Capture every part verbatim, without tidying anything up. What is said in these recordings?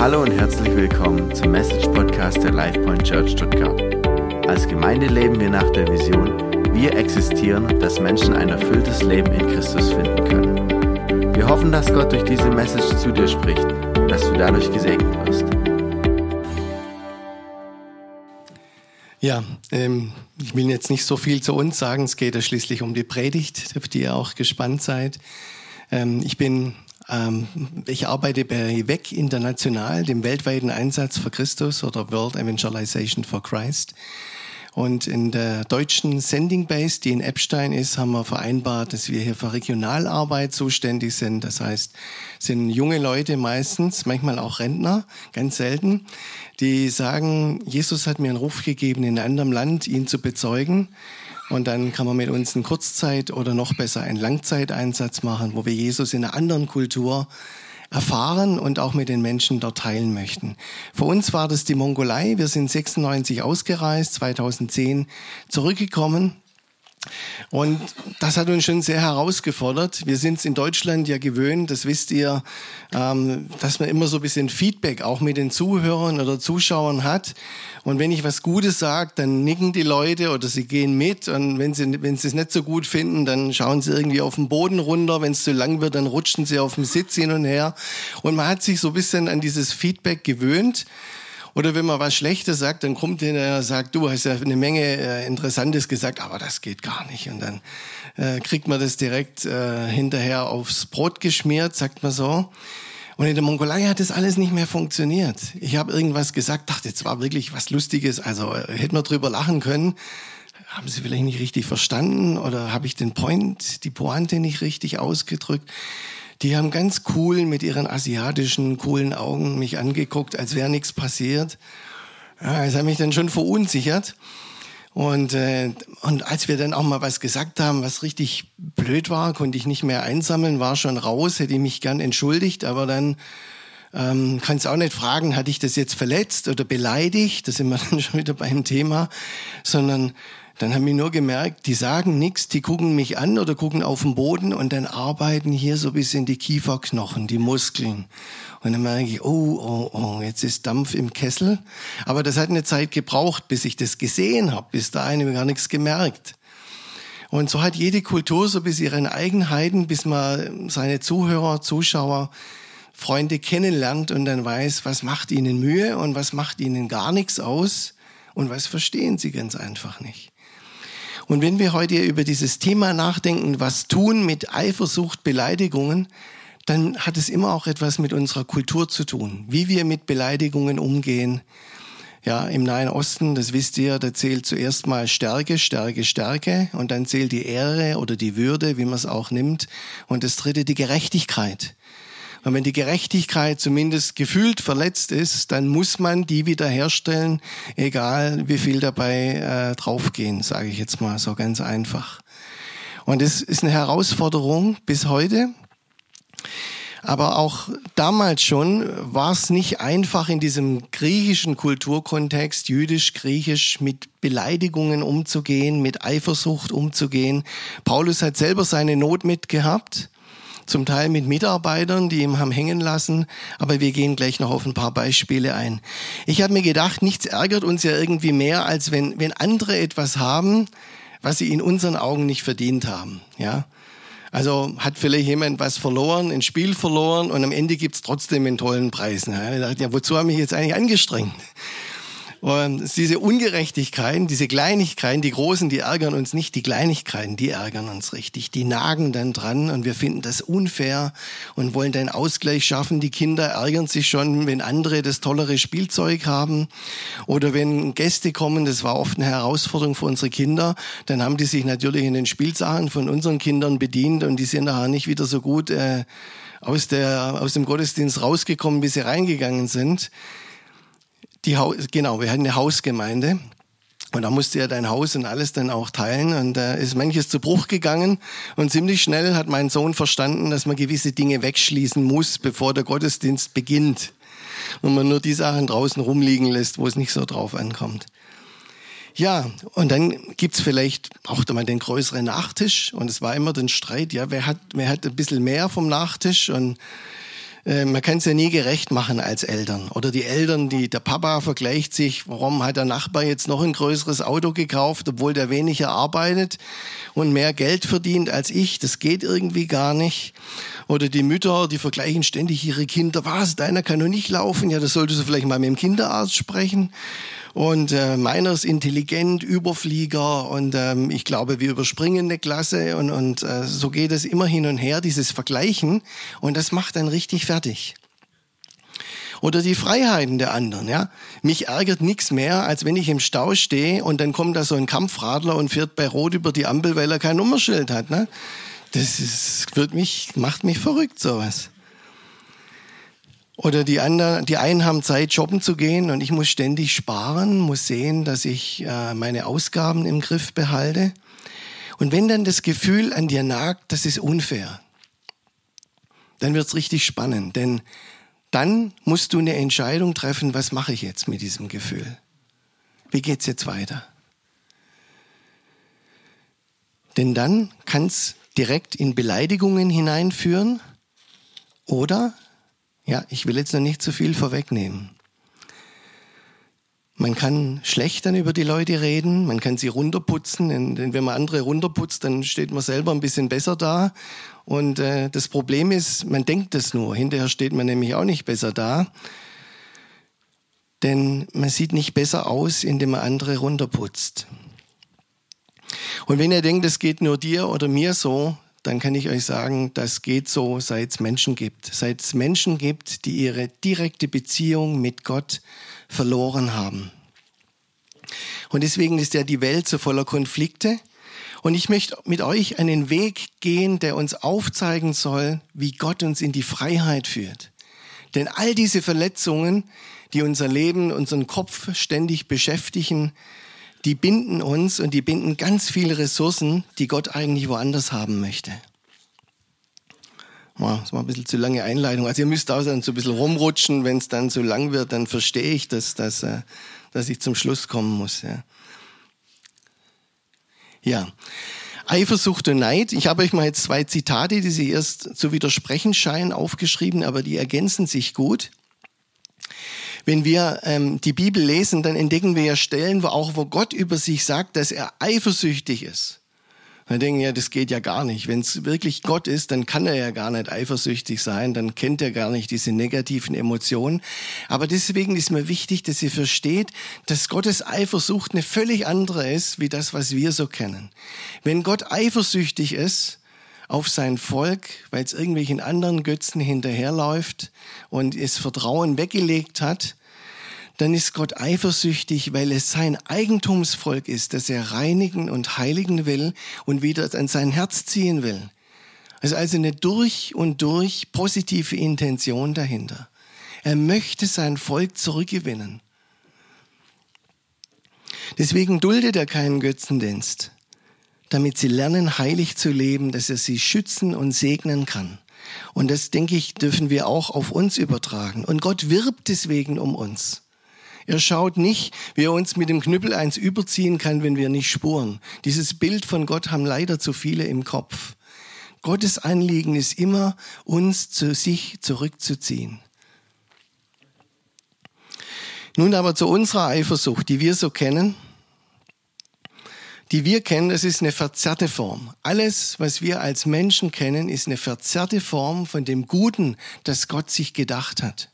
Hallo und herzlich willkommen zum Message-Podcast der LifePoint Church Stuttgart. Als Gemeinde leben wir nach der Vision, wir existieren, dass Menschen ein erfülltes Leben in Christus finden können. Wir hoffen, dass Gott durch diese Message zu dir spricht und dass du dadurch gesegnet wirst. Ja, ähm, ich will jetzt nicht so viel zu uns sagen, es geht ja schließlich um die Predigt, auf die ihr auch gespannt seid. Ähm, ich bin... Ich arbeite bei W E C International, dem weltweiten Einsatz für Christus oder World Evangelization for Christ. Und in der deutschen Sending Base, die in Eppstein ist, haben wir vereinbart, dass wir hier für Regionalarbeit zuständig sind. Das heißt, es sind junge Leute meistens, manchmal auch Rentner, ganz selten, die sagen, Jesus hat mir einen Ruf gegeben, in einem anderen Land ihn zu bezeugen. Und dann kann man mit uns einen Kurzzeit- oder noch besser einen Langzeiteinsatz machen, wo wir Jesus in einer anderen Kultur erfahren und auch mit den Menschen dort teilen möchten. Für uns war das die Mongolei. Wir sind sechsundneunzig ausgereist, zweitausendzehn zurückgekommen. Und das hat uns schon sehr herausgefordert. Wir sind es in Deutschland ja gewöhnt, das wisst ihr, ähm, dass man immer so ein bisschen Feedback auch mit den Zuhörern oder Zuschauern hat. Und wenn ich was Gutes sage, dann nicken die Leute oder sie gehen mit. Und wenn sie, wenn sie es nicht so gut finden, dann schauen sie irgendwie auf den Boden runter. Wenn es zu lang wird, dann rutschen sie auf dem Sitz hin und her. Und man hat sich so ein bisschen an dieses Feedback gewöhnt. Oder wenn man was Schlechtes sagt, dann kommt der und sagt, du hast ja eine Menge äh, Interessantes gesagt, aber das geht gar nicht. Und dann äh, kriegt man das direkt äh, hinterher aufs Brot geschmiert, sagt man so. Und in der Mongolei hat das alles nicht mehr funktioniert. Ich habe irgendwas gesagt, dachte, jetzt war wirklich was Lustiges, also äh, hätten wir drüber lachen können. Haben Sie vielleicht nicht richtig verstanden oder habe ich den Point, die Pointe nicht richtig ausgedrückt? Die haben ganz cool mit ihren asiatischen, coolen Augen mich angeguckt, als wäre nichts passiert. Ja, das hat mich dann schon verunsichert. Und, äh, und als wir dann auch mal was gesagt haben, was richtig blöd war, konnte ich nicht mehr einsammeln, war schon raus, hätte ich mich gern entschuldigt, aber dann ähm, kannst auch nicht fragen, hatte ich das jetzt verletzt oder beleidigt, da sind wir dann schon wieder beim Thema, sondern dann haben wir nur gemerkt, die sagen nichts, die gucken mich an oder gucken auf den Boden und dann arbeiten hier so ein bisschen die Kieferknochen, die Muskeln. Und dann merke ich, oh, oh, oh, jetzt ist Dampf im Kessel. Aber das hat eine Zeit gebraucht, bis ich das gesehen habe. Bis dahin habe ich gar nichts gemerkt. Und so hat jede Kultur so bis ihren Eigenheiten, bis man seine Zuhörer, Zuschauer, Freunde kennenlernt und dann weiß, was macht ihnen Mühe und was macht ihnen gar nichts aus und was verstehen sie ganz einfach nicht. Und wenn wir heute über dieses Thema nachdenken, was tun mit Eifersucht, Beleidigungen, dann hat es immer auch etwas mit unserer Kultur zu tun, wie wir mit Beleidigungen umgehen. Ja, im Nahen Osten, das wisst ihr, da zählt zuerst mal Stärke, Stärke, Stärke und dann zählt die Ehre oder die Würde, wie man es auch nimmt. Und das dritte, die Gerechtigkeit. Und wenn die Gerechtigkeit zumindest gefühlt verletzt ist, dann muss man die wiederherstellen, egal wie viel dabei äh, draufgehen, sage ich jetzt mal so ganz einfach. Und das ist eine Herausforderung bis heute. Aber auch damals schon war es nicht einfach, in diesem griechischen Kulturkontext, jüdisch, griechisch, mit Beleidigungen umzugehen, mit Eifersucht umzugehen. Paulus hat selber seine Not mitgehabt. Zum Teil mit Mitarbeitern, die ihm haben hängen lassen, aber wir gehen gleich noch auf ein paar Beispiele ein. Ich habe mir gedacht, nichts ärgert uns ja irgendwie mehr, als wenn, wenn andere etwas haben, was sie in unseren Augen nicht verdient haben. Ja, also hat vielleicht jemand was verloren, ein Spiel verloren und am Ende gibt's trotzdem einen tollen Preis. Ja, ich dachte, ja, wozu habe ich mich jetzt eigentlich angestrengt? Und diese Ungerechtigkeiten, diese Kleinigkeiten, die Großen, die ärgern uns nicht, die Kleinigkeiten, die ärgern uns richtig. Die nagen dann dran und wir finden das unfair und wollen den Ausgleich schaffen. Die Kinder ärgern sich schon, wenn andere das tollere Spielzeug haben oder wenn Gäste kommen, das war oft eine Herausforderung für unsere Kinder, dann haben die sich natürlich in den Spielsachen von unseren Kindern bedient und die sind nachher nicht wieder so gut äh, aus, der, aus dem Gottesdienst rausgekommen, wie sie reingegangen sind. Die Haus, genau, wir hatten eine Hausgemeinde und da musste ja dein Haus und alles dann auch teilen und da ist manches zu Bruch gegangen und ziemlich schnell hat mein Sohn verstanden, dass man gewisse Dinge wegschließen muss, bevor der Gottesdienst beginnt und man nur die Sachen draußen rumliegen lässt, wo es nicht so drauf ankommt. Ja, und dann gibt's vielleicht auch mal den größeren Nachtisch und es war immer den Streit, ja, wer hat, wer hat ein bisschen mehr vom Nachtisch und äh, man kann es ja nie gerecht machen als Eltern. Oder die Eltern, die der Papa vergleicht sich, warum hat der Nachbar jetzt noch ein größeres Auto gekauft, obwohl der weniger arbeitet und mehr Geld verdient als ich. Das geht irgendwie gar nicht. Oder die Mütter, die vergleichen ständig ihre Kinder. Was, deiner kann noch nicht laufen? Ja, das solltest du vielleicht mal mit dem Kinderarzt sprechen. Und äh, meiner ist intelligent, Überflieger und ähm, ich glaube, wir überspringen eine Klasse und, und äh, so geht es immer hin und her, dieses Vergleichen, und das macht dann richtig fertig. Oder die Freiheiten der anderen, ja. Mich ärgert nichts mehr, als wenn ich im Stau stehe und dann kommt da so ein Kampfradler und fährt bei Rot über die Ampel, weil er kein Nummernschild hat, ne? Das ist, wird mich, macht mich verrückt, sowas. Oder die anderen, die einen haben Zeit, shoppen zu gehen und ich muss ständig sparen, muss sehen, dass ich äh, meine Ausgaben im Griff behalte. Und wenn dann das Gefühl an dir nagt, das ist unfair, dann wird's richtig spannend, denn dann musst du eine Entscheidung treffen, was mache ich jetzt mit diesem Gefühl? Wie geht's jetzt weiter? Denn dann kann's direkt in Beleidigungen hineinführen oder, ja, ich will jetzt noch nicht zu viel vorwegnehmen. Man kann schlecht dann über die Leute reden, man kann sie runterputzen, denn wenn man andere runterputzt, dann steht man selber ein bisschen besser da. Und äh, das Problem ist, man denkt das nur, hinterher steht man nämlich auch nicht besser da. Denn man sieht nicht besser aus, indem man andere runterputzt. Und wenn ihr denkt, es geht nur dir oder mir so, dann kann ich euch sagen, das geht so, seit es Menschen gibt. Seit es Menschen gibt, die ihre direkte Beziehung mit Gott verloren haben. Und deswegen ist ja die Welt so voller Konflikte. Und ich möchte mit euch einen Weg gehen, der uns aufzeigen soll, wie Gott uns in die Freiheit führt. Denn all diese Verletzungen, die unser Leben, unseren Kopf ständig beschäftigen, die binden uns und die binden ganz viele Ressourcen, die Gott eigentlich woanders haben möchte. Das war ein bisschen zu lange Einleitung. Also ihr müsst auch dann so ein bisschen rumrutschen, wenn es dann zu lang wird, dann verstehe ich, dass, dass, dass ich zum Schluss kommen muss. Ja. ja, Eifersucht und Neid. Ich habe euch mal jetzt zwei Zitate, die sich erst zu widersprechen scheinen, aufgeschrieben, aber die ergänzen sich gut. Wenn wir ähm, die Bibel lesen, dann entdecken wir ja Stellen, wo auch wo Gott über sich sagt, dass er eifersüchtig ist. Dann denken wir, ja, das geht ja gar nicht. Wenn es wirklich Gott ist, dann kann er ja gar nicht eifersüchtig sein, dann kennt er gar nicht diese negativen Emotionen. Aber deswegen ist mir wichtig, dass ihr versteht, dass Gottes Eifersucht eine völlig andere ist, wie das, was wir so kennen. Wenn Gott eifersüchtig ist auf sein Volk, weil es irgendwelchen anderen Götzen hinterherläuft und es Vertrauen weggelegt hat, dann ist Gott eifersüchtig, weil es sein Eigentumsvolk ist, das er reinigen und heiligen will und wieder an sein Herz ziehen will. Es ist also eine durch und durch positive Intention dahinter. Er möchte sein Volk zurückgewinnen. Deswegen duldet er keinen Götzendienst, damit sie lernen, heilig zu leben, dass er sie schützen und segnen kann. Und das, denke ich, dürfen wir auch auf uns übertragen. Und Gott wirbt deswegen um uns. Er schaut nicht, wie er uns mit dem Knüppel eins überziehen kann, wenn wir nicht spuren. Dieses Bild von Gott haben leider zu viele im Kopf. Gottes Anliegen ist immer, uns zu sich zurückzuziehen. Nun aber zu unserer Eifersucht, die wir so kennen. Die wir kennen, das ist eine verzerrte Form. Alles, was wir als Menschen kennen, ist eine verzerrte Form von dem Guten, das Gott sich gedacht hat.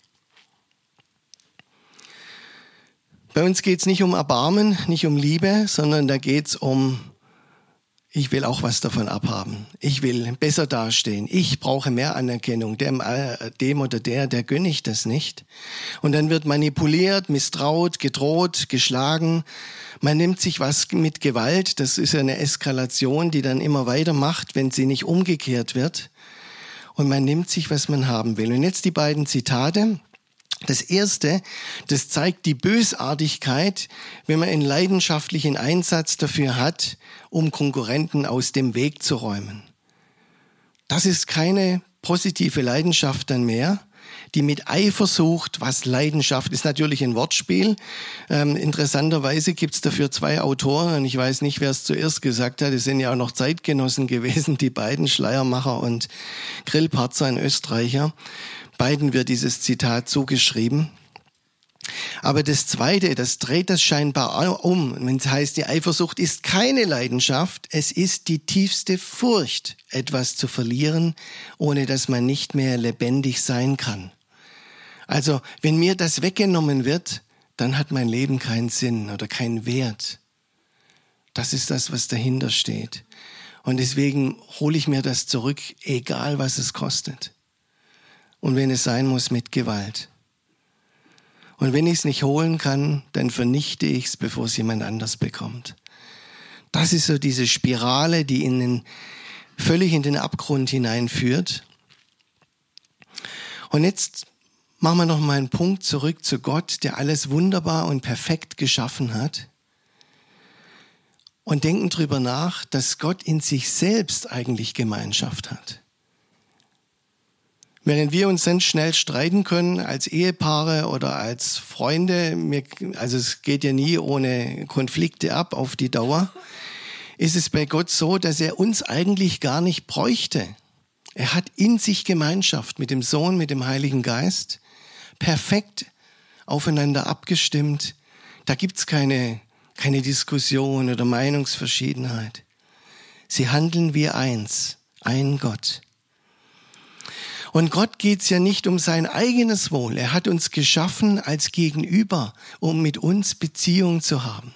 Bei uns geht es nicht um Erbarmen, nicht um Liebe, sondern da geht es um, ich will auch was davon abhaben. Ich will besser dastehen. Ich brauche mehr Anerkennung. Dem, dem oder der, der gönne ich das nicht. Und dann wird manipuliert, misstraut, gedroht, geschlagen. Man nimmt sich was mit Gewalt. Das ist ja eine Eskalation, die dann immer weitermacht, wenn sie nicht umgekehrt wird. Und man nimmt sich, was man haben will. Und jetzt die beiden Zitate. Das erste, das zeigt die Bösartigkeit, wenn man einen leidenschaftlichen Einsatz dafür hat, um Konkurrenten aus dem Weg zu räumen. Das ist keine positive Leidenschaft dann mehr, die mit Eifersucht, was Leidenschaft ist, natürlich ein Wortspiel. Ähm, interessanterweise gibt es dafür zwei Autoren und ich weiß nicht, wer es zuerst gesagt hat. Es sind ja auch noch Zeitgenossen gewesen, die beiden, Schleiermacher und Grillparzer, ein Österreicher. Beiden wird dieses Zitat zugeschrieben. Aber das Zweite, das dreht das scheinbar um. Wenn es heißt, die Eifersucht ist keine Leidenschaft, es ist die tiefste Furcht, etwas zu verlieren, ohne dass man nicht mehr lebendig sein kann. Also, wenn mir das weggenommen wird, dann hat mein Leben keinen Sinn oder keinen Wert. Das ist das, was dahinter steht. Und deswegen hole ich mir das zurück, egal was es kostet. Und wenn es sein muss, mit Gewalt. Und wenn ich es nicht holen kann, dann vernichte ich es, bevor es jemand anders bekommt. Das ist so diese Spirale, die in den, völlig in den Abgrund hineinführt. Und jetzt machen wir noch mal einen Punkt zurück zu Gott, der alles wunderbar und perfekt geschaffen hat. Und denken drüber nach, dass Gott in sich selbst eigentlich Gemeinschaft hat. Während wir uns dann schnell streiten können als Ehepaare oder als Freunde, also es geht ja nie ohne Konflikte ab auf die Dauer, ist es bei Gott so, dass er uns eigentlich gar nicht bräuchte. Er hat in sich Gemeinschaft mit dem Sohn, mit dem Heiligen Geist, perfekt aufeinander abgestimmt. Da gibt's keine, keine Diskussion oder Meinungsverschiedenheit. Sie handeln wie eins, ein Gott. Und Gott geht's ja nicht um sein eigenes Wohl. Er hat uns geschaffen als Gegenüber, um mit uns Beziehung zu haben.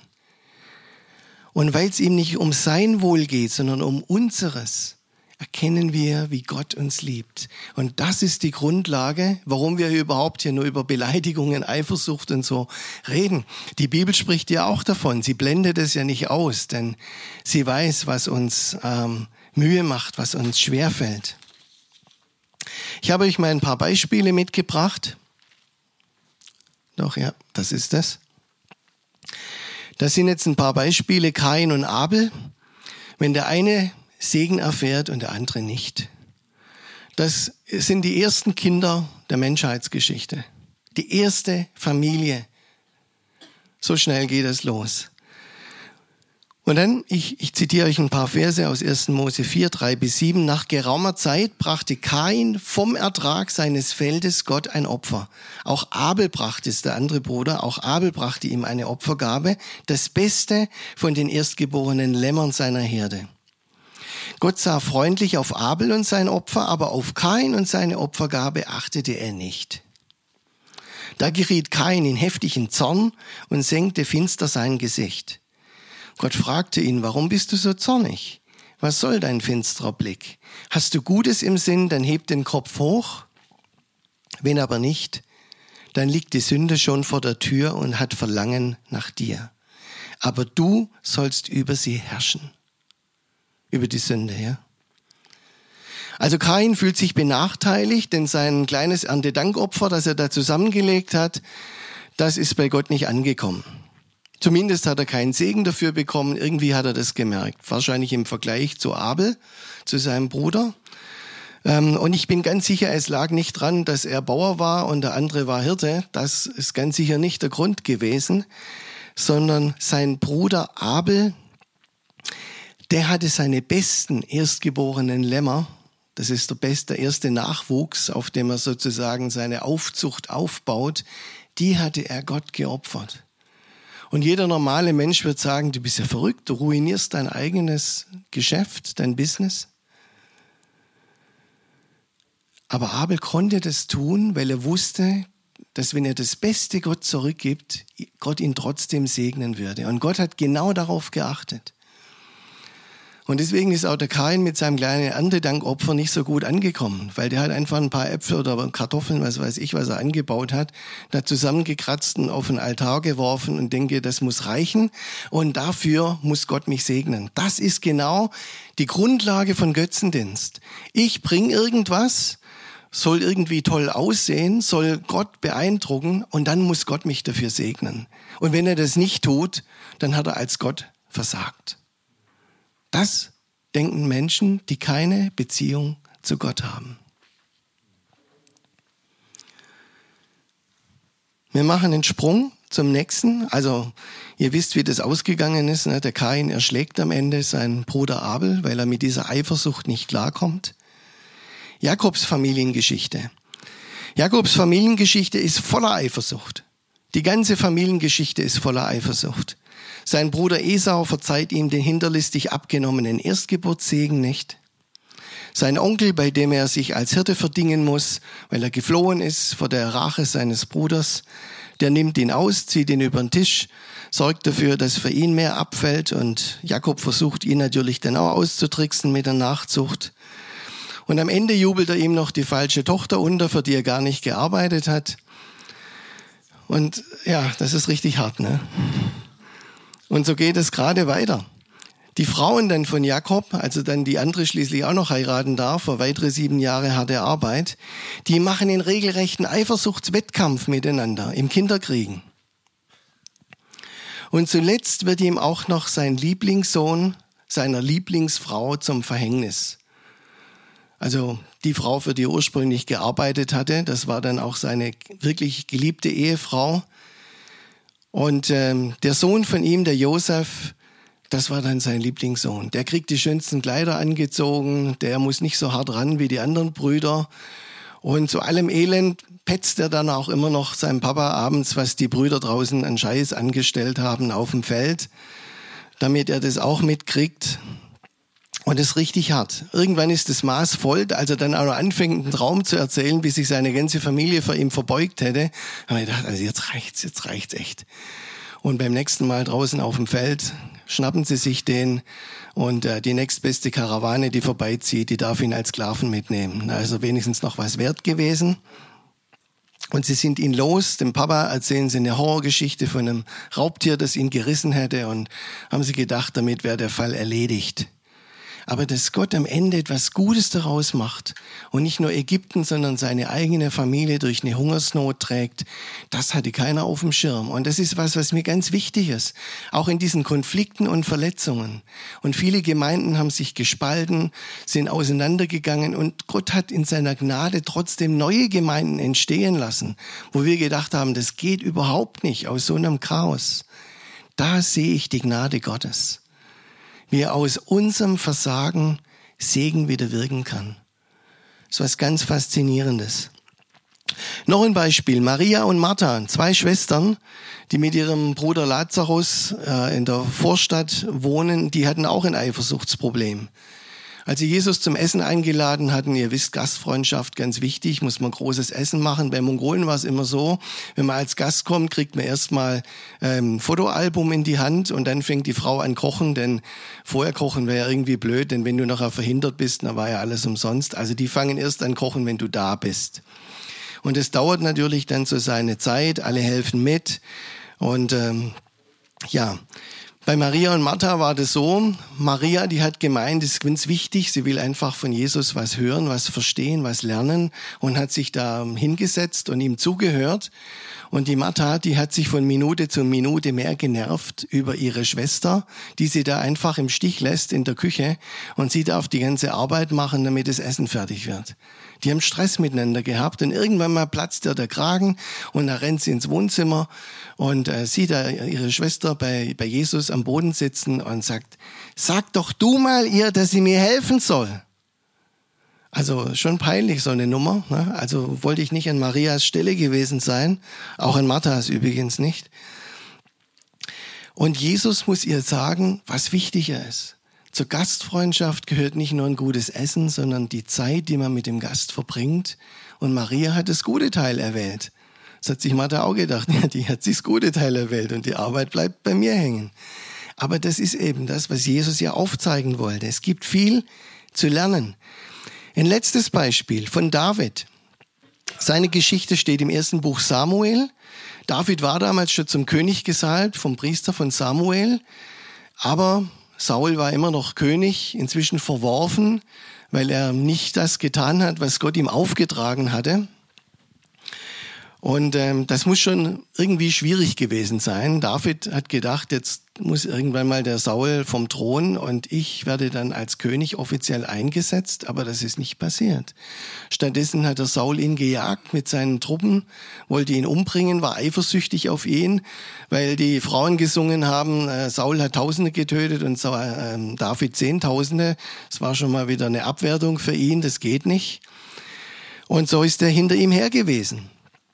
Und weil es ihm nicht um sein Wohl geht, sondern um unseres, erkennen wir, wie Gott uns liebt. Und das ist die Grundlage, warum wir überhaupt hier nur über Beleidigungen, Eifersucht und so reden. Die Bibel spricht ja auch davon. Sie blendet es ja nicht aus, denn sie weiß, was uns ähm, Mühe macht, was uns schwerfällt. Ich habe euch mal ein paar Beispiele mitgebracht. Doch, ja, das ist das. Das sind jetzt ein paar Beispiele, Kain und Abel. Wenn der eine Segen erfährt und der andere nicht. Das sind die ersten Kinder der Menschheitsgeschichte. Die erste Familie. So schnell geht es los. Und dann, ich, ich zitiere euch ein paar Verse aus ersten Mose vier, drei bis sieben. Nach geraumer Zeit brachte Kain vom Ertrag seines Feldes Gott ein Opfer. Auch Abel brachte es, der andere Bruder, auch Abel brachte ihm eine Opfergabe, das Beste von den erstgeborenen Lämmern seiner Herde. Gott sah freundlich auf Abel und sein Opfer, aber auf Kain und seine Opfergabe achtete er nicht. Da geriet Kain in heftigen Zorn und senkte finster sein Gesicht. Gott fragte ihn, warum bist du so zornig? Was soll dein finsterer Blick? Hast du Gutes im Sinn, dann heb den Kopf hoch. Wenn aber nicht, dann liegt die Sünde schon vor der Tür und hat Verlangen nach dir. Aber du sollst über sie herrschen. Über die Sünde, ja. Also Kain fühlt sich benachteiligt, denn sein kleines Erntedankopfer, das er da zusammengelegt hat, das ist bei Gott nicht angekommen. Zumindest hat er keinen Segen dafür bekommen. Irgendwie hat er das gemerkt. Wahrscheinlich im Vergleich zu Abel, zu seinem Bruder. Und ich bin ganz sicher, es lag nicht dran, dass er Bauer war und der andere war Hirte. Das ist ganz sicher nicht der Grund gewesen, sondern sein Bruder Abel, der hatte seine besten erstgeborenen Lämmer. Das ist der beste, der erste Nachwuchs, auf dem er sozusagen seine Aufzucht aufbaut. Die hatte er Gott geopfert. Und jeder normale Mensch wird sagen, du bist ja verrückt, du ruinierst dein eigenes Geschäft, dein Business. Aber Abel konnte das tun, weil er wusste, dass wenn er das Beste Gott zurückgibt, Gott ihn trotzdem segnen würde. Und Gott hat genau darauf geachtet. Und deswegen ist auch der Kain mit seinem kleinen Erntedankopfer nicht so gut angekommen, weil der hat einfach ein paar Äpfel oder Kartoffeln, was weiß ich, was er angebaut hat, da zusammengekratzt und auf den Altar geworfen und denke, das muss reichen und dafür muss Gott mich segnen. Das ist genau die Grundlage von Götzendienst. Ich bringe irgendwas, soll irgendwie toll aussehen, soll Gott beeindrucken und dann muss Gott mich dafür segnen. Und wenn er das nicht tut, dann hat er als Gott versagt. Das denken Menschen, die keine Beziehung zu Gott haben. Wir machen einen Sprung zum nächsten. Also ihr wisst, wie das ausgegangen ist. Der Kain erschlägt am Ende seinen Bruder Abel, weil er mit dieser Eifersucht nicht klarkommt. Jakobs Familiengeschichte. Jakobs Familiengeschichte ist voller Eifersucht. Die ganze Familiengeschichte ist voller Eifersucht. Sein Bruder Esau verzeiht ihm den hinterlistig abgenommenen Erstgeburtssegen nicht. Sein Onkel, bei dem er sich als Hirte verdingen muss, weil er geflohen ist vor der Rache seines Bruders, der nimmt ihn aus, zieht ihn über den Tisch, sorgt dafür, dass für ihn mehr abfällt und Jakob versucht ihn natürlich dann auch auszutricksen mit der Nachzucht. Und am Ende jubelt er ihm noch die falsche Tochter unter, für die er gar nicht gearbeitet hat. Und ja, das ist richtig hart, ne? Und so geht es gerade weiter. Die Frauen dann von Jakob, also dann die andere schließlich auch noch heiraten darf, für weitere sieben Jahre harte Arbeit, die machen einen regelrechten Eifersuchtswettkampf miteinander im Kinderkriegen. Und zuletzt wird ihm auch noch sein Lieblingssohn seiner Lieblingsfrau zum Verhängnis. Also die Frau, für die er ursprünglich gearbeitet hatte, das war dann auch seine wirklich geliebte Ehefrau. Und ähm, der Sohn von ihm, der Josef, das war dann sein Lieblingssohn. Der kriegt die schönsten Kleider angezogen, der muss nicht so hart ran wie die anderen Brüder. Und zu allem Elend petzt er dann auch immer noch seinem Papa abends, was die Brüder draußen an Scheiß angestellt haben auf dem Feld, damit er das auch mitkriegt. Und das ist richtig hart. Irgendwann ist das Maß voll, als er dann auch noch anfängt, einen Traum zu erzählen, bis sich seine ganze Familie vor ihm verbeugt hätte. Da habe ich gedacht, also jetzt reicht's, jetzt reicht's echt. Und beim nächsten Mal draußen auf dem Feld schnappen sie sich den und äh, die nächstbeste Karawane, die vorbeizieht, die darf ihn als Sklaven mitnehmen. Also wenigstens noch was wert gewesen. Und sie sind ihn los. Dem Papa erzählen sie eine Horrorgeschichte von einem Raubtier, das ihn gerissen hätte, und haben sie gedacht, damit wäre der Fall erledigt. Aber dass Gott am Ende etwas Gutes daraus macht und nicht nur Ägypten, sondern seine eigene Familie durch eine Hungersnot trägt, das hatte keiner auf dem Schirm. Und das ist was, was mir ganz wichtig ist, auch in diesen Konflikten und Verletzungen. Und viele Gemeinden haben sich gespalten, sind auseinandergegangen, und Gott hat in seiner Gnade trotzdem neue Gemeinden entstehen lassen, wo wir gedacht haben, das geht überhaupt nicht aus so einem Chaos. Da sehe ich die Gnade Gottes. Wie er aus unserem Versagen Segen wieder wirken kann. Das ist was ganz Faszinierendes. Noch ein Beispiel. Maria und Martha, zwei Schwestern, die mit ihrem Bruder Lazarus äh, in der Vorstadt wohnen, die hatten auch ein Eifersuchtsproblem. Als sie Jesus zum Essen eingeladen hatten, ihr wisst, Gastfreundschaft, ganz wichtig, muss man großes Essen machen. Bei Mongolen war es immer so, wenn man als Gast kommt, kriegt man erstmal ähm, ein Fotoalbum in die Hand und dann fängt die Frau an kochen, denn vorher kochen wäre ja irgendwie blöd, denn wenn du nachher verhindert bist, dann war ja alles umsonst. Also die fangen erst an kochen, wenn du da bist. Und es dauert natürlich dann so seine Zeit, alle helfen mit und ähm, ja... Bei Maria und Martha war das so, Maria, die hat gemeint, das ist ganz wichtig, sie will einfach von Jesus was hören, was verstehen, was lernen, und hat sich da hingesetzt und ihm zugehört. Und die Martha, die hat sich von Minute zu Minute mehr genervt über ihre Schwester, die sie da einfach im Stich lässt in der Küche, und sie darf die ganze Arbeit machen, damit das Essen fertig wird. Die haben Stress miteinander gehabt und irgendwann mal platzt ihr der Kragen und dann rennt sie ins Wohnzimmer und äh, sieht da ihre Schwester bei, bei Jesus am Boden sitzen und sagt, sag doch du mal ihr, dass sie mir helfen soll. Also schon peinlich, so eine Nummer. Ne? Also wollte ich nicht an Marias Stelle gewesen sein, auch an Marthas übrigens nicht. Und Jesus muss ihr sagen, was wichtiger ist. Zur Gastfreundschaft gehört nicht nur ein gutes Essen, sondern die Zeit, die man mit dem Gast verbringt. Und Maria hat das gute Teil erwählt. Das hat sich Martha auch gedacht, ja, die hat sich das gute Teil erwählt und die Arbeit bleibt bei mir hängen. Aber das ist eben das, was Jesus ja aufzeigen wollte. Es gibt viel zu lernen. Ein letztes Beispiel von David. Seine Geschichte steht im ersten Buch Samuel. David war damals schon zum König gesalbt vom Priester von Samuel, aber Saul war immer noch König, inzwischen verworfen, weil er nicht das getan hat, was Gott ihm aufgetragen hatte. Und ähm, das muss schon irgendwie schwierig gewesen sein. David hat gedacht, jetzt muss irgendwann mal der Saul vom Thron und ich werde dann als König offiziell eingesetzt, aber das ist nicht passiert. Stattdessen hat der Saul ihn gejagt mit seinen Truppen, wollte ihn umbringen, war eifersüchtig auf ihn, weil die Frauen gesungen haben, äh, Saul hat Tausende getötet und äh, David Zehntausende. Das war schon mal wieder eine Abwertung für ihn, das geht nicht. Und so ist er hinter ihm her gewesen.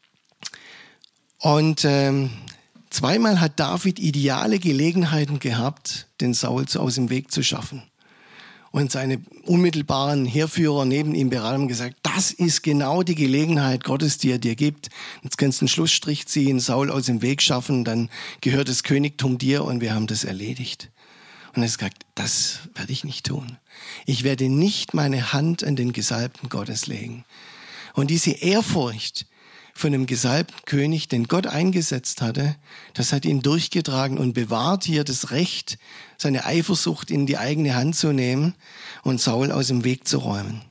Und ähm, zweimal hat David ideale Gelegenheiten gehabt, den Saul aus dem Weg zu schaffen. Und seine unmittelbaren Heerführer neben ihm beraten haben gesagt, das ist genau die Gelegenheit Gottes, die er dir gibt. Jetzt kannst du einen Schlussstrich ziehen, Saul aus dem Weg schaffen, dann gehört das Königtum dir und wir haben das erledigt. Und er hat gesagt, das werde ich nicht tun. Ich werde nicht meine Hand an den Gesalbten Gottes legen. Und diese Ehrfurcht von dem gesalbten König, den Gott eingesetzt hatte, das hat ihn durchgetragen und bewahrt hier das Recht, seine Eifersucht in die eigene Hand zu nehmen und Saul aus dem Weg zu räumen.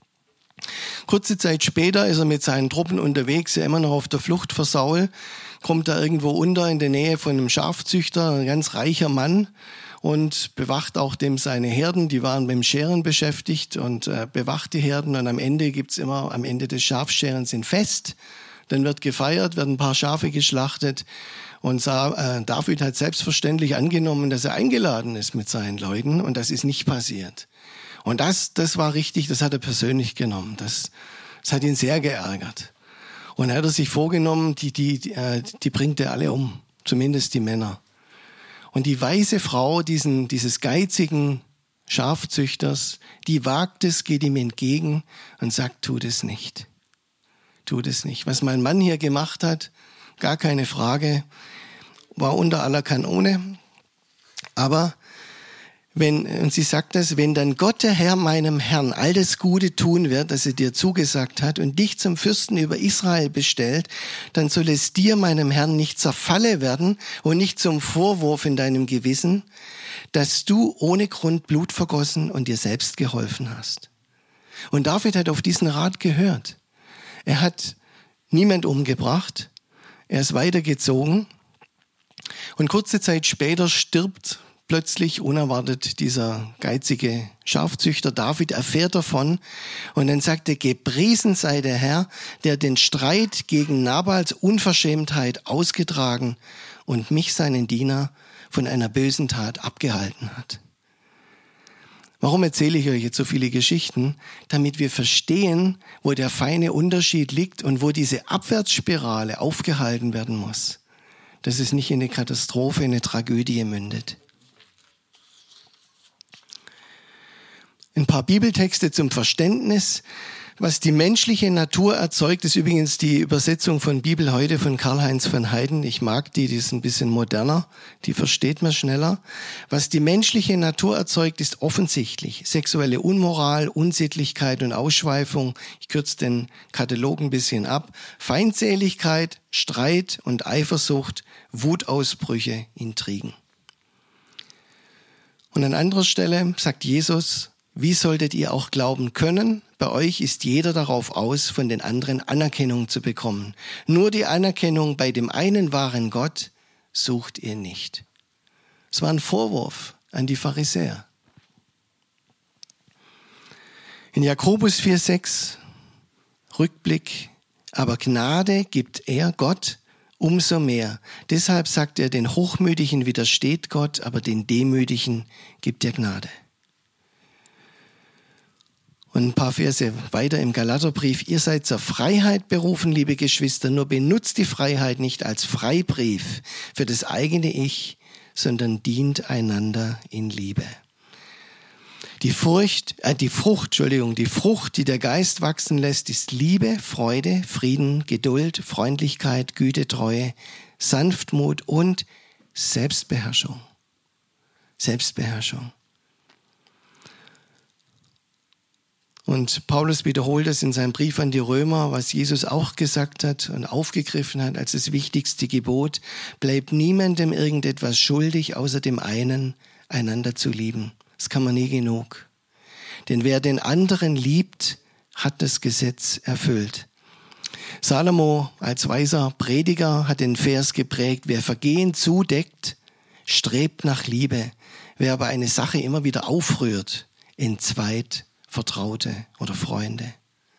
Kurze Zeit später ist er mit seinen Truppen unterwegs, ja immer noch auf der Flucht vor Saul, kommt er irgendwo unter in der Nähe von einem Schafzüchter, ein ganz reicher Mann, und bewacht auch dem seine Herden, die waren beim Scheren beschäftigt und äh, bewacht die Herden und am Ende gibt's immer, am Ende des Schafscherens ein Fest, dann wird gefeiert, werden ein paar Schafe geschlachtet und Sa- äh, David hat selbstverständlich angenommen, dass er eingeladen ist mit seinen Leuten und das ist nicht passiert. Und das, das war richtig, das hat er persönlich genommen, das, das hat ihn sehr geärgert. Und er hat er sich vorgenommen, die, die, die, äh, die bringt er alle um, zumindest die Männer. Und die weise Frau diesen, dieses geizigen Schafzüchters, die wagt es, geht ihm entgegen und sagt, tu das nicht. Tu das nicht. Was mein Mann hier gemacht hat, gar keine Frage, war unter aller Kanone. Aber wenn, und sie sagt das, wenn dann Gott, der Herr, meinem Herrn all das Gute tun wird, das er dir zugesagt hat und dich zum Fürsten über Israel bestellt, dann soll es dir, meinem Herrn, nicht zur Falle werden und nicht zum Vorwurf in deinem Gewissen, dass du ohne Grund Blut vergossen und dir selbst geholfen hast. Und David hat auf diesen Rat gehört. Er hat niemand umgebracht, er ist weitergezogen und kurze Zeit später stirbt plötzlich unerwartet dieser geizige Schafzüchter. David erfährt davon und dann sagt er, gepriesen sei der Herr, der den Streit gegen Nabals Unverschämtheit ausgetragen und mich, seinen Diener, von einer bösen Tat abgehalten hat. Warum erzähle ich euch jetzt so viele Geschichten? Damit wir verstehen, wo der feine Unterschied liegt und wo diese Abwärtsspirale aufgehalten werden muss. Dass es nicht in eine Katastrophe, in eine Tragödie mündet. Ein paar Bibeltexte zum Verständnis. Was die menschliche Natur erzeugt, ist übrigens die Übersetzung von Bibel heute von Karl-Heinz von Heiden. Ich mag die, die ist ein bisschen moderner, die versteht man schneller. Was die menschliche Natur erzeugt, ist offensichtlich. Sexuelle Unmoral, Unsittlichkeit und Ausschweifung. Ich kürze den Katalog ein bisschen ab. Feindseligkeit, Streit und Eifersucht, Wutausbrüche, Intrigen. Und an anderer Stelle sagt Jesus, wie solltet ihr auch glauben können? Bei euch ist jeder darauf aus, von den anderen Anerkennung zu bekommen. Nur die Anerkennung bei dem einen wahren Gott sucht ihr nicht. Es war ein Vorwurf an die Pharisäer. In Jakobus vier sechs, Rückblick, aber Gnade gibt er, Gott, umso mehr. Deshalb sagt er, den Hochmütigen widersteht Gott, aber den Demütigen gibt er Gnade. Und ein paar Verse weiter im Galaterbrief. Ihr seid zur Freiheit berufen, liebe Geschwister, nur benutzt die Freiheit nicht als Freibrief für das eigene Ich, sondern dient einander in Liebe. Die Furcht, äh, die Frucht, Entschuldigung, die Frucht, die der Geist wachsen lässt, ist Liebe, Freude, Frieden, Geduld, Freundlichkeit, Güte, Treue, Sanftmut und Selbstbeherrschung. Selbstbeherrschung. Und Paulus wiederholt es in seinem Brief an die Römer, was Jesus auch gesagt hat und aufgegriffen hat als das wichtigste Gebot. Bleibt niemandem irgendetwas schuldig, außer dem einen, einander zu lieben. Das kann man nie genug. Denn wer den anderen liebt, hat das Gesetz erfüllt. Salomo als weiser Prediger hat den Vers geprägt, wer Vergehen zudeckt, strebt nach Liebe. Wer aber eine Sache immer wieder aufrührt, entzweit Vertraute oder Freunde.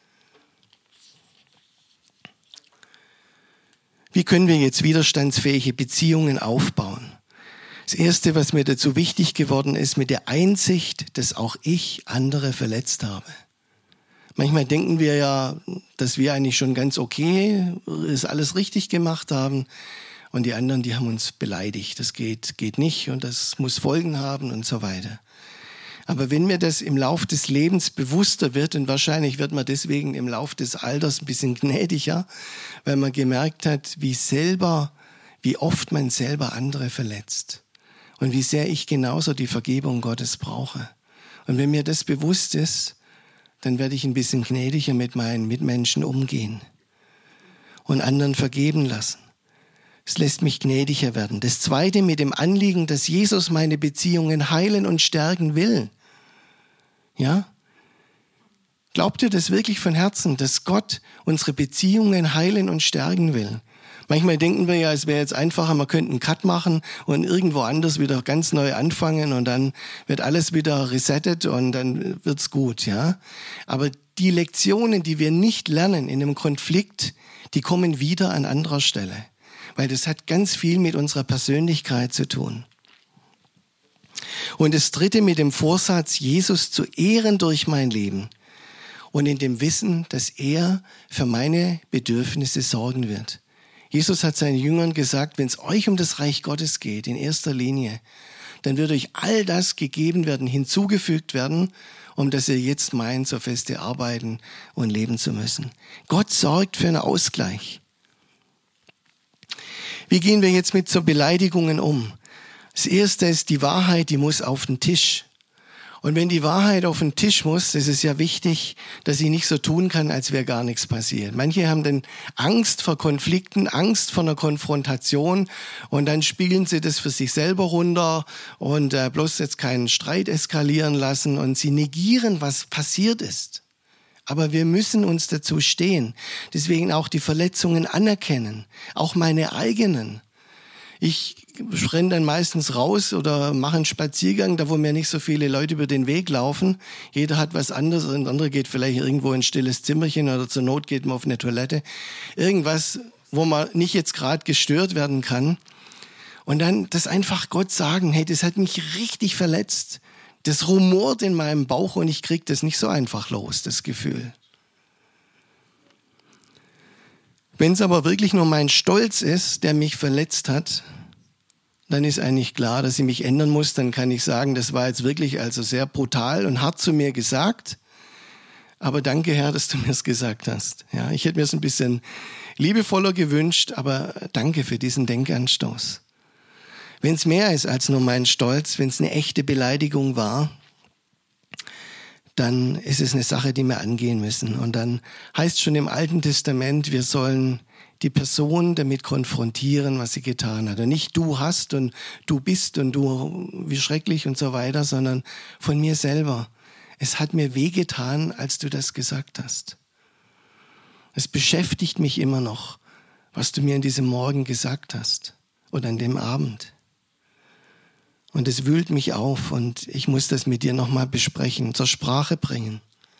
Wie können wir jetzt widerstandsfähige Beziehungen aufbauen? Das Erste, was mir dazu wichtig geworden ist, mit der Einsicht, dass auch ich andere verletzt habe. Manchmal denken wir ja, dass wir eigentlich schon ganz okay, ist alles richtig gemacht haben. Und die anderen, die haben uns beleidigt. Das geht, geht nicht und das muss Folgen haben und so weiter. Aber wenn mir das im Lauf des Lebens bewusster wird, und wahrscheinlich wird man deswegen im Lauf des Alters ein bisschen gnädiger, weil man gemerkt hat, wie selber, wie oft man selber andere verletzt und wie sehr ich genauso die Vergebung Gottes brauche. Und wenn mir das bewusst ist, dann werde ich ein bisschen gnädiger mit meinen Mitmenschen umgehen und anderen vergeben lassen. Es lässt mich gnädiger werden. Das Zweite mit dem Anliegen, dass Jesus meine Beziehungen heilen und stärken will. Ja? Glaubt ihr das wirklich von Herzen, dass Gott unsere Beziehungen heilen und stärken will? Manchmal denken wir ja, es wäre jetzt einfacher, man könnte einen Cut machen und irgendwo anders wieder ganz neu anfangen und dann wird alles wieder resettet und dann wird's gut, ja? Aber die Lektionen, die wir nicht lernen in einem Konflikt, die kommen wieder an anderer Stelle. Weil das hat ganz viel mit unserer Persönlichkeit zu tun. Und das Dritte mit dem Vorsatz, Jesus zu ehren durch mein Leben und in dem Wissen, dass er für meine Bedürfnisse sorgen wird. Jesus hat seinen Jüngern gesagt, wenn es euch um das Reich Gottes geht, in erster Linie, dann wird euch all das gegeben werden, hinzugefügt werden, um dass ihr jetzt meint, so feste arbeiten und leben zu müssen. Gott sorgt für einen Ausgleich. Wie gehen wir jetzt mit so Beleidigungen um? Das Erste ist, die Wahrheit, die muss auf den Tisch. Und wenn die Wahrheit auf den Tisch muss, ist es ja wichtig, dass ich nicht so tun kann, als wäre gar nichts passiert. Manche haben dann Angst vor Konflikten, Angst vor einer Konfrontation und dann spielen sie das für sich selber runter und äh, bloß jetzt keinen Streit eskalieren lassen und sie negieren, was passiert ist. Aber wir müssen uns dazu stehen. Deswegen auch die Verletzungen anerkennen, auch meine eigenen. Ich renne dann meistens raus oder mache einen Spaziergang, da wo mir nicht so viele Leute über den Weg laufen. Jeder hat was anderes, ein anderer geht vielleicht irgendwo in ein stilles Zimmerchen oder zur Not geht man auf eine Toilette. Irgendwas, wo man nicht jetzt gerade gestört werden kann. Und dann das einfach Gott sagen, hey, das hat mich richtig verletzt. Das rumort in meinem Bauch und ich kriege das nicht so einfach los, das Gefühl. Wenn es aber wirklich nur mein Stolz ist, der mich verletzt hat, dann ist eigentlich klar, dass ich mich ändern muss. Dann kann ich sagen, das war jetzt wirklich also sehr brutal und hart zu mir gesagt. Aber danke, Herr, dass du mir es gesagt hast. Ja, ich hätte mir es ein bisschen liebevoller gewünscht, aber danke für diesen Denkanstoß. Wenn es mehr ist als nur mein Stolz, wenn es eine echte Beleidigung war, dann ist es eine Sache, die wir angehen müssen. Und dann heißt schon im Alten Testament, wir sollen die Person damit konfrontieren, was sie getan hat. Und nicht du hast und du bist und du, wie schrecklich und so weiter, sondern von mir selber. Es hat mir wehgetan, als du das gesagt hast. Es beschäftigt mich immer noch, was du mir an diesem Morgen gesagt hast oder an dem Abend. Und es wühlt mich auf und ich muss das mit dir nochmal besprechen, zur Sprache bringen.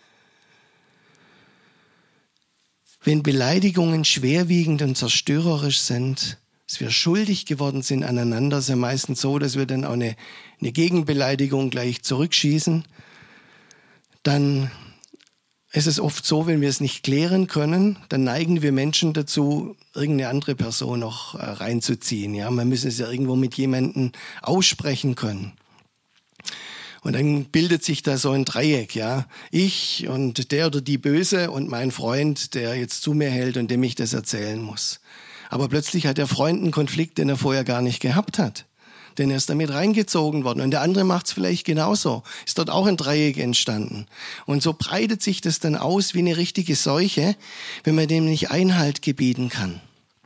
Wenn Beleidigungen schwerwiegend und zerstörerisch sind, dass wir schuldig geworden sind aneinander, ist ja meistens so, dass wir dann auch eine, eine Gegenbeleidigung gleich zurückschießen, dann ist es oft so, wenn wir es nicht klären können, dann neigen wir Menschen dazu, irgendeine andere Person noch äh, reinzuziehen. Ja, man müsse es ja irgendwo mit jemandem aussprechen können. Und dann bildet sich da so ein Dreieck, ja. Ich und der oder die Böse und mein Freund, der jetzt zu mir hält und dem ich das erzählen muss. Aber plötzlich hat der Freund einen Konflikt, den er vorher gar nicht gehabt hat. Denn er ist damit reingezogen worden. Und der andere macht es vielleicht genauso. Ist dort auch ein Dreieck entstanden. Und so breitet sich das dann aus wie eine richtige Seuche, wenn man dem nicht Einhalt gebieten kann.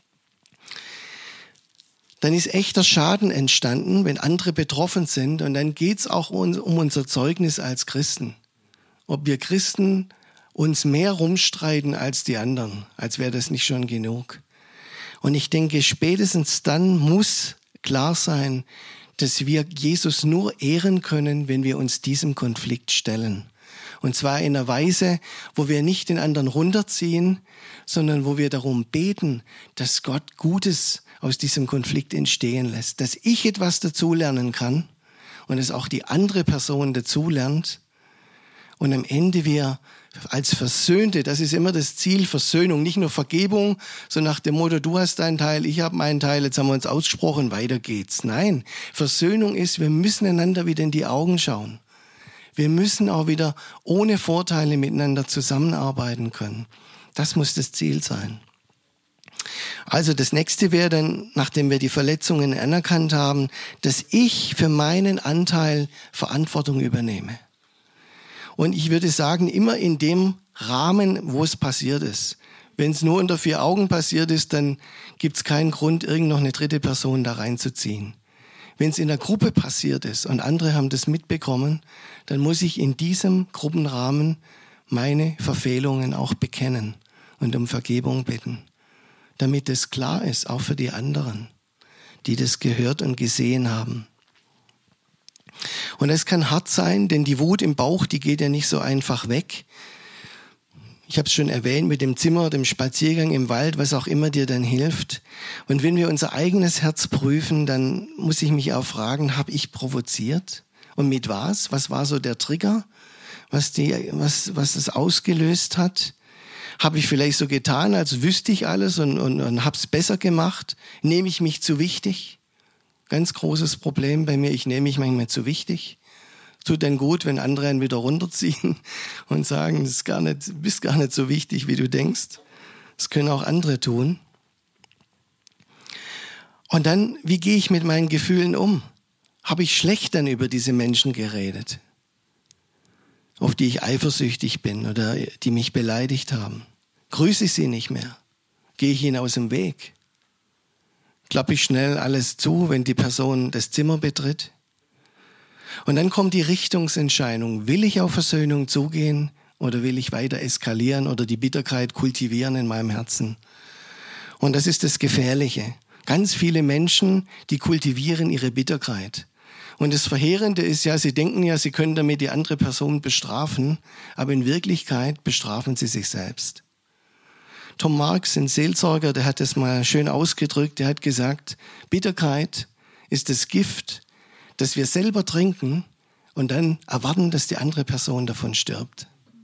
Dann ist echter Schaden entstanden, wenn andere betroffen sind. Und dann geht es auch um unser Zeugnis als Christen. Ob wir Christen uns mehr rumstreiten als die anderen, als wäre das nicht schon genug. Und ich denke, spätestens dann muss klar sein, dass wir Jesus nur ehren können, wenn wir uns diesem Konflikt stellen. Und zwar in einer Weise, wo wir nicht den anderen runterziehen, sondern wo wir darum beten, dass Gott Gutes aus diesem Konflikt entstehen lässt. Dass ich etwas dazulernen kann und dass auch die andere Person dazulernt und am Ende wir als Versöhnte, das ist immer das Ziel, Versöhnung, nicht nur Vergebung, so nach dem Motto, du hast deinen Teil, ich habe meinen Teil, jetzt haben wir uns ausgesprochen, weiter geht's. Nein, Versöhnung ist, wir müssen einander wieder in die Augen schauen. Wir müssen auch wieder ohne Vorteile miteinander zusammenarbeiten können. Das muss das Ziel sein. Also das nächste wäre dann, nachdem wir die Verletzungen anerkannt haben, dass ich für meinen Anteil Verantwortung übernehme. Und ich würde sagen, immer in dem Rahmen, wo es passiert ist. Wenn es nur unter vier Augen passiert ist, dann gibt es keinen Grund, irgend noch eine dritte Person da reinzuziehen. Wenn es in der Gruppe passiert ist und andere haben das mitbekommen, dann muss ich in diesem Gruppenrahmen meine Verfehlungen auch bekennen und um Vergebung bitten, damit es klar ist, auch für die anderen, die das gehört und gesehen haben. Und es kann hart sein, denn die Wut im Bauch, die geht ja nicht so einfach weg. Ich habe es schon erwähnt mit dem Zimmer, dem Spaziergang im Wald, was auch immer dir dann hilft. Und wenn wir unser eigenes Herz prüfen, dann muss ich mich auch fragen, habe ich provoziert? Und mit was? Was war so der Trigger, was, die, was, was es ausgelöst hat? Habe ich vielleicht so getan, als wüsste ich alles und, und, und habe es besser gemacht? Nehme ich mich zu wichtig? Ganz großes Problem bei mir, ich nehme mich manchmal zu wichtig. Tut dann gut, wenn andere einen wieder runterziehen und sagen, das ist gar nicht, du bist gar nicht so wichtig, wie du denkst. Das können auch andere tun. Und dann, wie gehe ich mit meinen Gefühlen um? Habe ich schlecht dann über diese Menschen geredet, auf die ich eifersüchtig bin oder die mich beleidigt haben? Grüße ich sie nicht mehr? Gehe ich ihnen aus dem Weg? Klappe ich schnell alles zu, wenn die Person das Zimmer betritt? Und dann kommt die Richtungsentscheidung. Will ich auf Versöhnung zugehen oder will ich weiter eskalieren oder die Bitterkeit kultivieren in meinem Herzen? Und das ist das Gefährliche. Ganz viele Menschen, die kultivieren ihre Bitterkeit. Und das Verheerende ist ja, sie denken ja, sie können damit die andere Person bestrafen, aber in Wirklichkeit bestrafen sie sich selbst. Tom Marks, ein Seelsorger, der hat das mal schön ausgedrückt. Der hat gesagt, Bitterkeit ist das Gift, das wir selber trinken und dann erwarten, dass die andere Person davon stirbt.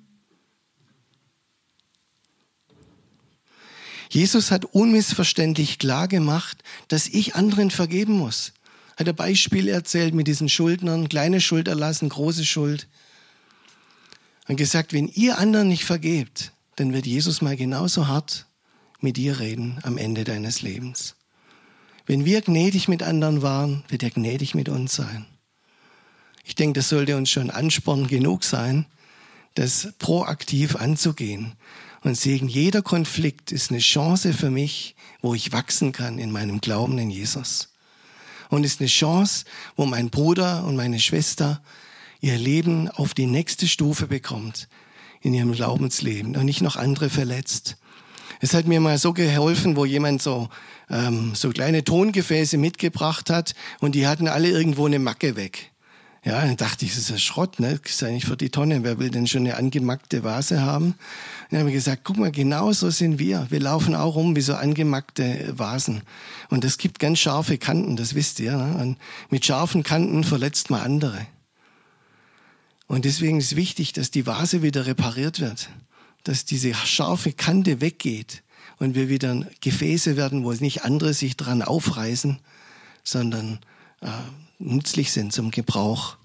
Jesus hat unmissverständlich klar gemacht, dass ich anderen vergeben muss. Hat ein Beispiel erzählt mit diesen Schuldnern, kleine Schuld erlassen, große Schuld. Und gesagt, wenn ihr anderen nicht vergebt, dann wird Jesus mal genauso hart mit dir reden am Ende deines Lebens. Wenn wir gnädig mit anderen waren, wird er gnädig mit uns sein. Ich denke, das sollte uns schon Ansporn genug sein, das proaktiv anzugehen und sehen, jeder Konflikt ist eine Chance für mich, wo ich wachsen kann in meinem Glauben in Jesus. Und ist eine Chance, wo mein Bruder und meine Schwester ihr Leben auf die nächste Stufe bekommt in ihrem Glaubensleben und nicht noch andere verletzt. Es hat mir mal so geholfen, wo jemand so, ähm, so kleine Tongefäße mitgebracht hat und die hatten alle irgendwo eine Macke weg. Ja, dann dachte ich, das ist ja Schrott, ne? Das ist ja nicht für die Tonne. Wer will denn schon eine angemackte Vase haben? Und dann haben wir gesagt, guck mal, genau so sind wir. Wir laufen auch rum wie so angemackte Vasen. Und das gibt ganz scharfe Kanten, das wisst ihr. Ne? Und mit scharfen Kanten verletzt man andere. Und deswegen ist wichtig, dass die Vase wieder repariert wird, dass diese scharfe Kante weggeht und wir wieder Gefäße werden, wo nicht andere sich dran aufreißen, sondern äh, nützlich sind zum Gebrauch.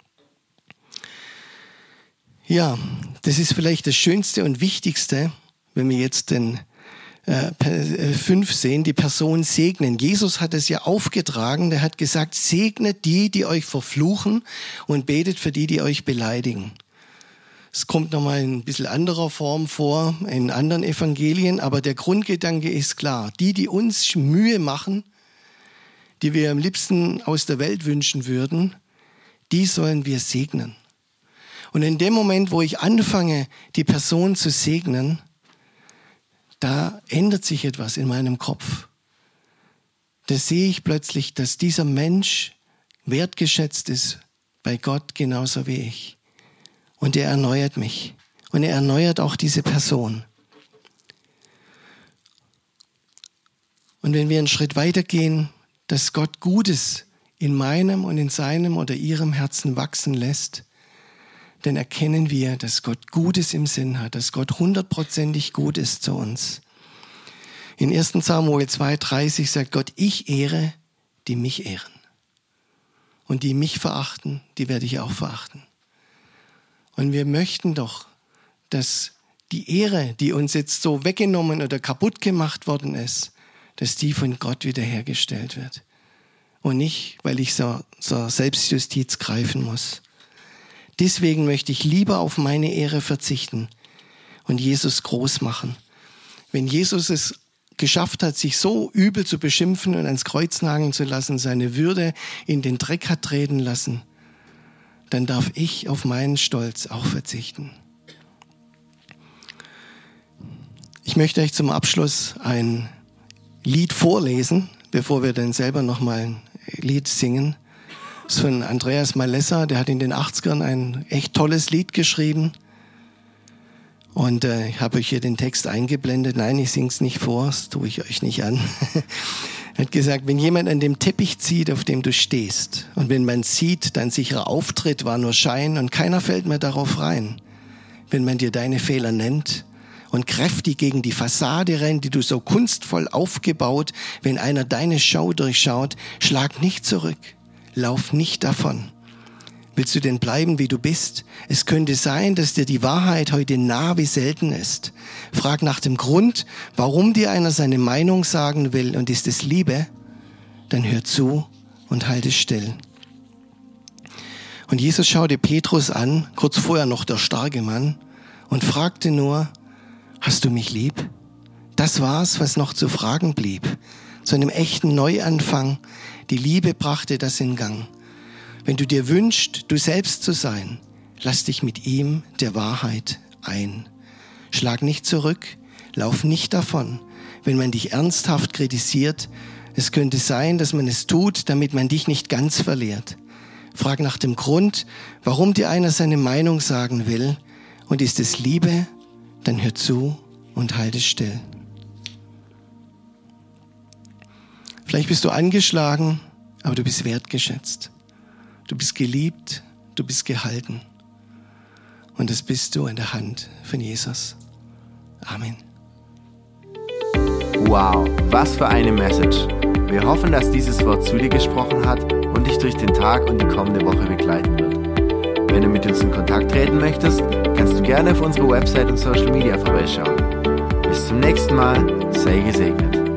Ja, das ist vielleicht das Schönste und Wichtigste, wenn wir jetzt den äh, fünf sehen, die Person segnen. Jesus hat es ja aufgetragen, der hat gesagt, segnet die, die euch verfluchen und betet für die, die euch beleidigen. Es kommt nochmal in ein bisschen anderer Form vor, in anderen Evangelien, aber der Grundgedanke ist klar. Die, die uns Mühe machen, die wir am liebsten aus der Welt wünschen würden, die sollen wir segnen. Und in dem Moment, wo ich anfange, die Person zu segnen, da ändert sich etwas in meinem Kopf. Da sehe ich plötzlich, dass dieser Mensch wertgeschätzt ist bei Gott genauso wie ich. Und er erneuert mich. Und er erneuert auch diese Person. Und wenn wir einen Schritt weitergehen, dass Gott Gutes in meinem und in seinem oder ihrem Herzen wachsen lässt, dann erkennen wir, dass Gott Gutes im Sinn hat, dass Gott hundertprozentig gut ist zu uns. In erster Samuel zwei dreißig sagt Gott, ich ehre, die mich ehren. Und die mich verachten, die werde ich auch verachten. Und wir möchten doch, dass die Ehre, die uns jetzt so weggenommen oder kaputt gemacht worden ist, dass die von Gott wiederhergestellt wird. Und nicht, weil ich so, so Selbstjustiz greifen muss. Deswegen möchte ich lieber auf meine Ehre verzichten und Jesus groß machen. Wenn Jesus es geschafft hat, sich so übel zu beschimpfen und ans Kreuz nageln zu lassen, seine Würde in den Dreck hat treten lassen, dann darf ich auf meinen Stolz auch verzichten. Ich möchte euch zum Abschluss ein Lied vorlesen, bevor wir dann selber nochmal ein Lied singen. Das ist von Andreas Malessa, der hat in den achtzigern ein echt tolles Lied geschrieben. Und äh, ich habe euch hier den Text eingeblendet. Nein, ich singe es nicht vor, das tue ich euch nicht an. Er hat gesagt, wenn jemand an dem Teppich zieht, auf dem du stehst, und wenn man sieht, dein sicherer Auftritt war nur Schein und keiner fällt mehr darauf rein, wenn man dir deine Fehler nennt und kräftig gegen die Fassade rennt, die du so kunstvoll aufgebaut, wenn einer deine Schau durchschaut, schlag nicht zurück, lauf nicht davon. Willst du denn bleiben, wie du bist? Es könnte sein, dass dir die Wahrheit heute nah wie selten ist. Frag nach dem Grund, warum dir einer seine Meinung sagen will, und ist es Liebe, dann hör zu und halte still. Und Jesus schaute Petrus an, kurz vorher noch der starke Mann, und fragte nur, hast du mich lieb? Das war's, was noch zu fragen blieb. Zu einem echten Neuanfang, die Liebe brachte das in Gang. Wenn du dir wünschst, du selbst zu sein, lass dich mit ihm der Wahrheit ein. Schlag nicht zurück, lauf nicht davon. Wenn man dich ernsthaft kritisiert, es könnte sein, dass man es tut, damit man dich nicht ganz verliert. Frag nach dem Grund, warum dir einer seine Meinung sagen will. Und ist es Liebe, dann hör zu und halte still. Vielleicht bist du angeschlagen, aber du bist wertgeschätzt. Du bist geliebt, du bist gehalten. Und das bist du in der Hand von Jesus. Amen. Wow, was für eine Message. Wir hoffen, dass dieses Wort zu dir gesprochen hat und dich durch den Tag und die kommende Woche begleiten wird. Wenn du mit uns in Kontakt treten möchtest, kannst du gerne auf unsere Website und Social Media vorbeischauen. Bis zum nächsten Mal, sei gesegnet.